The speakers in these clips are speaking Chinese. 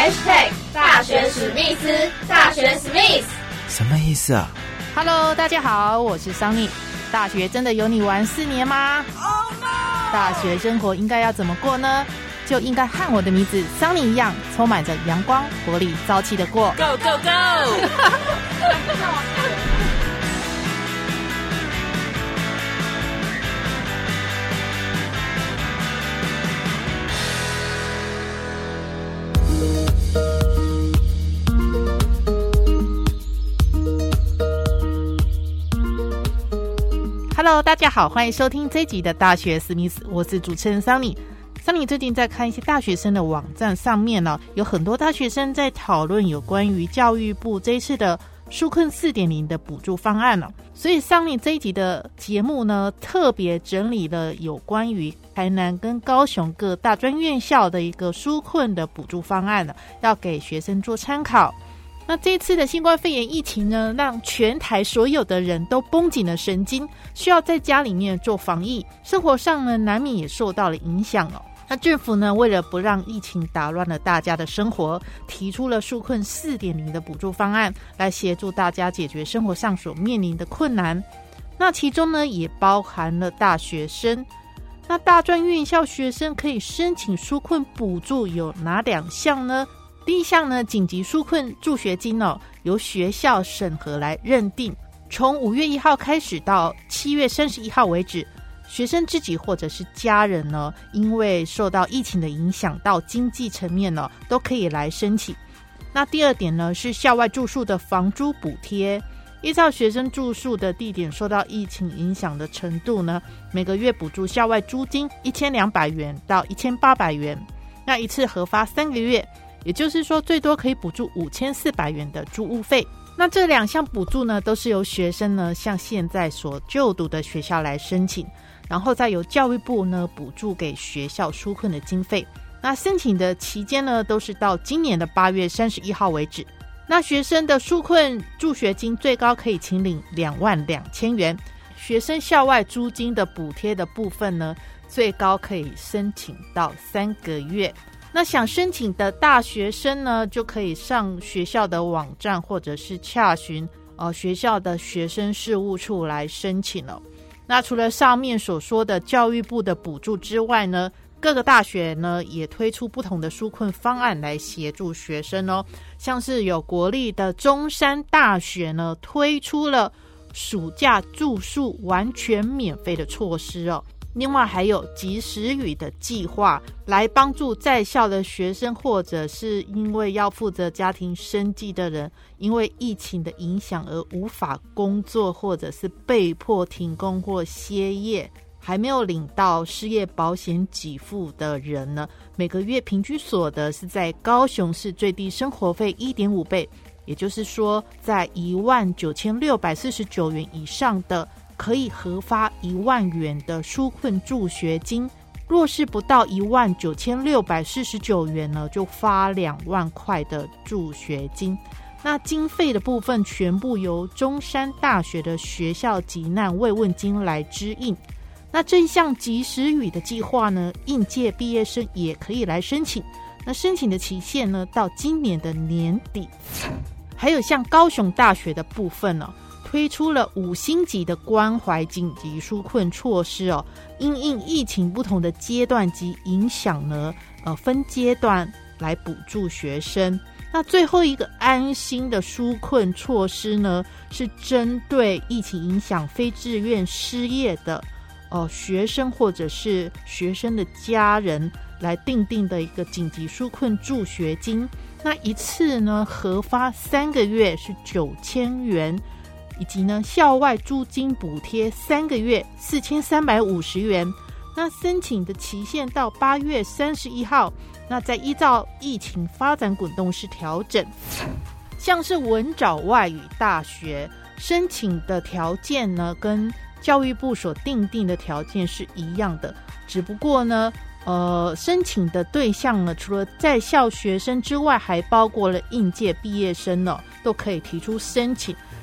#大学史密斯，大学史密斯， 什么意思啊 ？Hello， 大家好，我是桑尼。大学真的有你玩4年吗？ Oh no！ 大学生活应该要怎么过呢？就应该和我的名字桑尼一样，充满着阳光、活力、朝气的过。 Go go go！ Hello， 大家好，欢迎收听这一集的大学史密斯，我是主持人桑尼。桑尼最近在看一些大学生的网站上面呢，有很多大学生在讨论有关于教育部这一次的纾困 4.0 的补助方案了。所以桑尼这一集的节目呢，特别整理了有关于台南跟高雄各大专院校的一个纾困的补助方案了，要给学生做参考。那这次的新冠肺炎疫情呢，让全台所有的人都绷紧了神经，需要在家里面做防疫，生活上呢难免也受到了影响哦。那政府呢，为了不让疫情打乱了大家的生活，提出了纾困 4.0 的补助方案，来协助大家解决生活上所面临的困难。那其中呢，也包含了大学生。那大专院校学生可以申请纾困补助有哪2项呢？第一项呢，紧急纾困助学金哦，由学校审核来认定，从5月1号开始到7月31号为止，学生自己或者是家人呢，因为受到疫情的影响到经济层面呢，都可以来申请。那第2点呢，是校外住宿的房租补贴，依照学生住宿的地点受到疫情影响的程度呢，每个月补助校外租金1200元到1800元，那一次核发3个月，也就是说最多可以补助5400元的住屋费。那这2项补助呢，都是由学生呢向现在所就读的学校来申请，然后再由教育部呢补助给学校纾困的经费。那申请的期间呢，都是到今年的8月31号为止。那学生的纾困助学金最高可以请领22000元，学生校外租金的补贴的部分呢，最高可以申请到3个月。那想申请的大学生呢，就可以上学校的网站或者是洽询学校的学生事务处来申请了。那除了上面所说的教育部的补助之外呢，各个大学呢也推出不同的纾困方案来协助学生哦。像是有国立的中山大学呢，推出了暑假住宿完全免费的措施哦。另外还有及时雨的计划，来帮助在校的学生或者是因为要负责家庭生计的人，因为疫情的影响而无法工作，或者是被迫停工或歇业，还没有领到失业保险给付的人呢，每个月平均所得是在高雄市最低生活费 1.5 倍，也就是说在19649元以上的可以核发1万元的纾困助学金，若是不到19649元呢，就发2万块的助学金。那经费的部分全部由中山大学的学校急难慰问金来支应。那这一项及时雨的计划呢，应届毕业生也可以来申请，那申请的期限呢，到今年的年底。还有像高雄大学的部分呢，推出了5星级的关怀紧急纾困措施哦，因应疫情不同的阶段及影响呢，分阶段来补助学生。那最后一个安心的纾困措施呢，是针对疫情影响非自愿失业的学生或者是学生的家人来订定的一个紧急纾困助学金。那一次呢，核发3个月是9000元，以及呢校外租金补贴3个月4350元。那申请的期限到8月31号，那再依照疫情发展滚动式调整。像是文藻外语大学申请的条件呢，跟教育部所订定的条件是一样的，只不过呢申请的对象呢，除了在校学生之外，还包括了应届毕业生呢，都可以提出申请。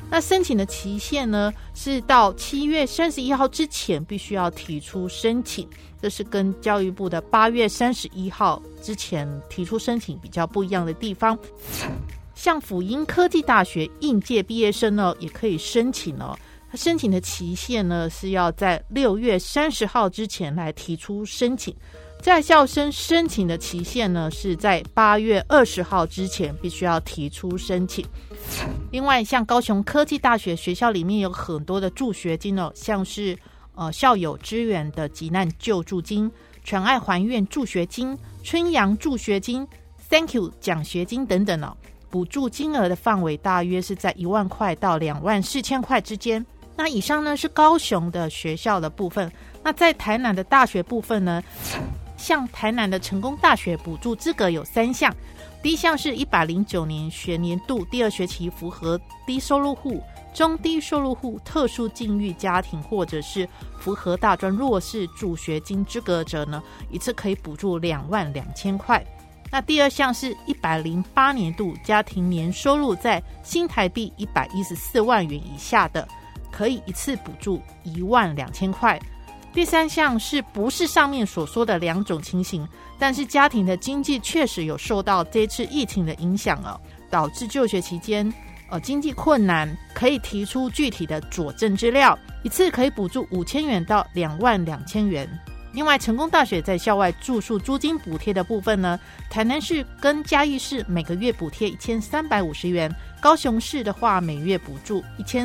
那申请的期限呢，是到7月31号之前必须要提出申请，这是跟教育部的8月31号之前提出申请比较不一样的地方。像辅英科技大学应届毕业生呢，也可以申请哦。他申请的期限呢，是要在6月30号之前来提出申请。在校生申请的期限呢，是在8月20号之前必须要提出申请。另外，像高雄科技大学学校里面有很多的助学金哦，像是校友支援的急难救助金、全爱还愿助学金、春阳助学金、Thank you 奖学金等等哦。补助金额的范围大约是在1万块到2万4千块之间。那以上呢是高雄的学校的部分。那在台南的大学部分呢，像台南的成功大学补助资格有3项。第一项是109年学年度第2学期符合低收入户、中低收入户、特殊境遇家庭或者是符合大专弱势助学金资格者呢，一次可以补助2万2千块。那第二项是108年度家庭年收入在新台币114万元以下的，可以一次补助1万2千块。第三项是不是上面所说的2种情形，但是家庭的经济确实有受到这次疫情的影响导致就学期间经济困难，可以提出具体的佐证资料，一次可以补助5000元到2万2千元。另外，成功大学在校外住宿租金补贴的部分呢，台南市跟嘉义市每个月补贴1350元，高雄市的话每月补助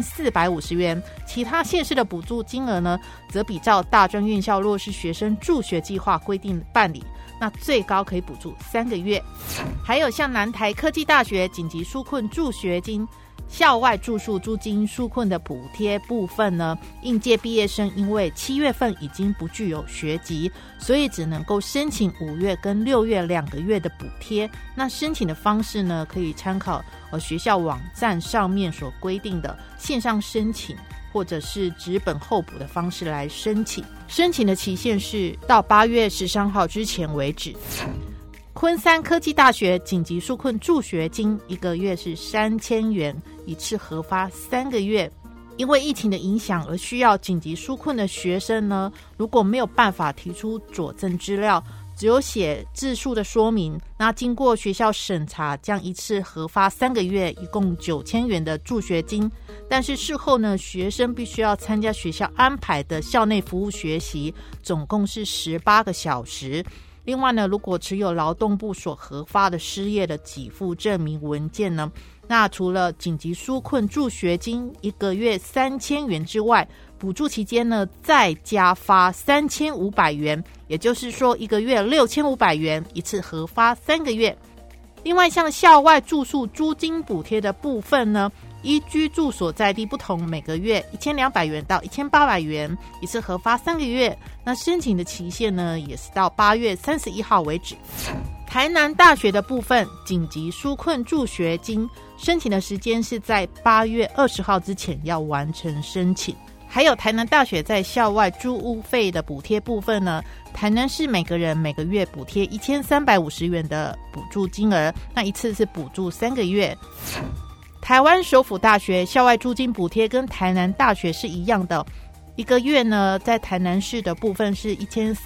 1450元，其他县市的补助金额呢，则比照大专院校弱势学生助学计划规定办理，那最高可以补助3个月。还有像南台科技大学紧急纾困助学金、校外住宿租金纾困的补贴部分呢，应届毕业生因为7月份已经不具有学籍，所以只能够申请5月跟6月2个月的补贴。那申请的方式呢，可以参考学校网站上面所规定的线上申请或者是纸本候补的方式来申请。申请的期限是到8月13号之前为止。昆山科技大学紧急纾困助学金1个月是3000元，一次核发3个月。因为疫情的影响而需要紧急纾困的学生呢，如果没有办法提出佐证资料，只有写自述的说明，那经过学校审查，将一次核发3个月，一共9000元的助学金。但是事后呢，学生必须要参加学校安排的校内服务学习，总共是18个小时。另外呢，如果持有劳动部所核发的失业的给付证明文件呢，那除了紧急纾困助学金1个月3000元之外，补助期间呢再加发3500元，也就是说1个月6500元，一次核发3个月。另外，像校外住宿租金补贴的部分呢，依居住所在地不同，每个月1200元到1800元，一次核发3个月。那申请的期限呢，也是到8月31号为止。台南大学的部分紧急纾困助学金申请的时间是在8月20号之前要完成申请。还有台南大学在校外租屋费的补贴部分呢，台南市每个人每个月补贴1350元的补助金额，那一次是补助3个月。台湾首府大学校外租金补贴跟台南大学是一样的，1个月呢，在台南市的部分是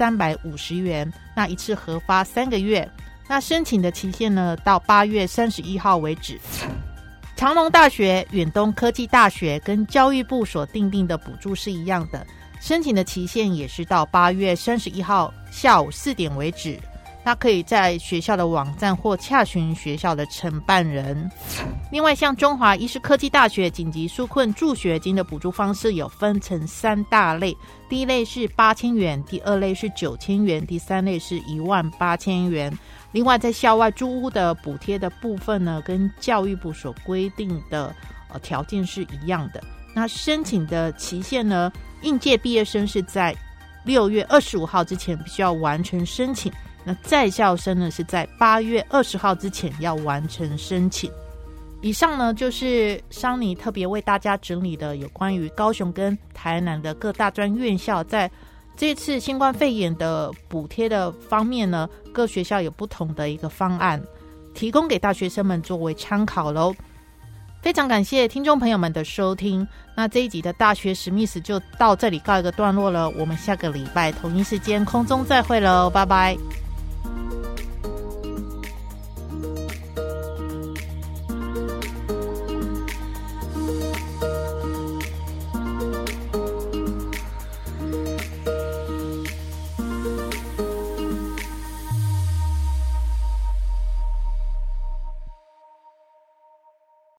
1350元，那一次核发3个月。那申请的期限呢，到8月31号为止。长隆大学、远东科技大学跟教育部所订定的补助是一样的，申请的期限也是到8月31号下午4点为止。那可以在学校的网站或洽询学校的承办人。另外，像中华医师科技大学紧急纾困助学金的补助方式有分成3大类，第一类是8000元，第二类是9000元，第三类是18000元。另外，在校外租屋的补贴的部分呢，跟教育部所规定的条件是一样的。那申请的期限呢，应届毕业生是在6月25号之前必须要完成申请，那在校生呢是在8月20号之前要完成申请。以上呢就是桑尼特别为大家整理的有关于高雄跟台南的各大专院校在这次新冠肺炎的补贴的方面呢，各学校有不同的一个方案，提供给大学生们作为参考咯。 非常感谢听众朋友们的收听，那这一集的大学史密斯就到这里告一个段落了，我们下个礼拜同一时间空中再会喽，拜拜。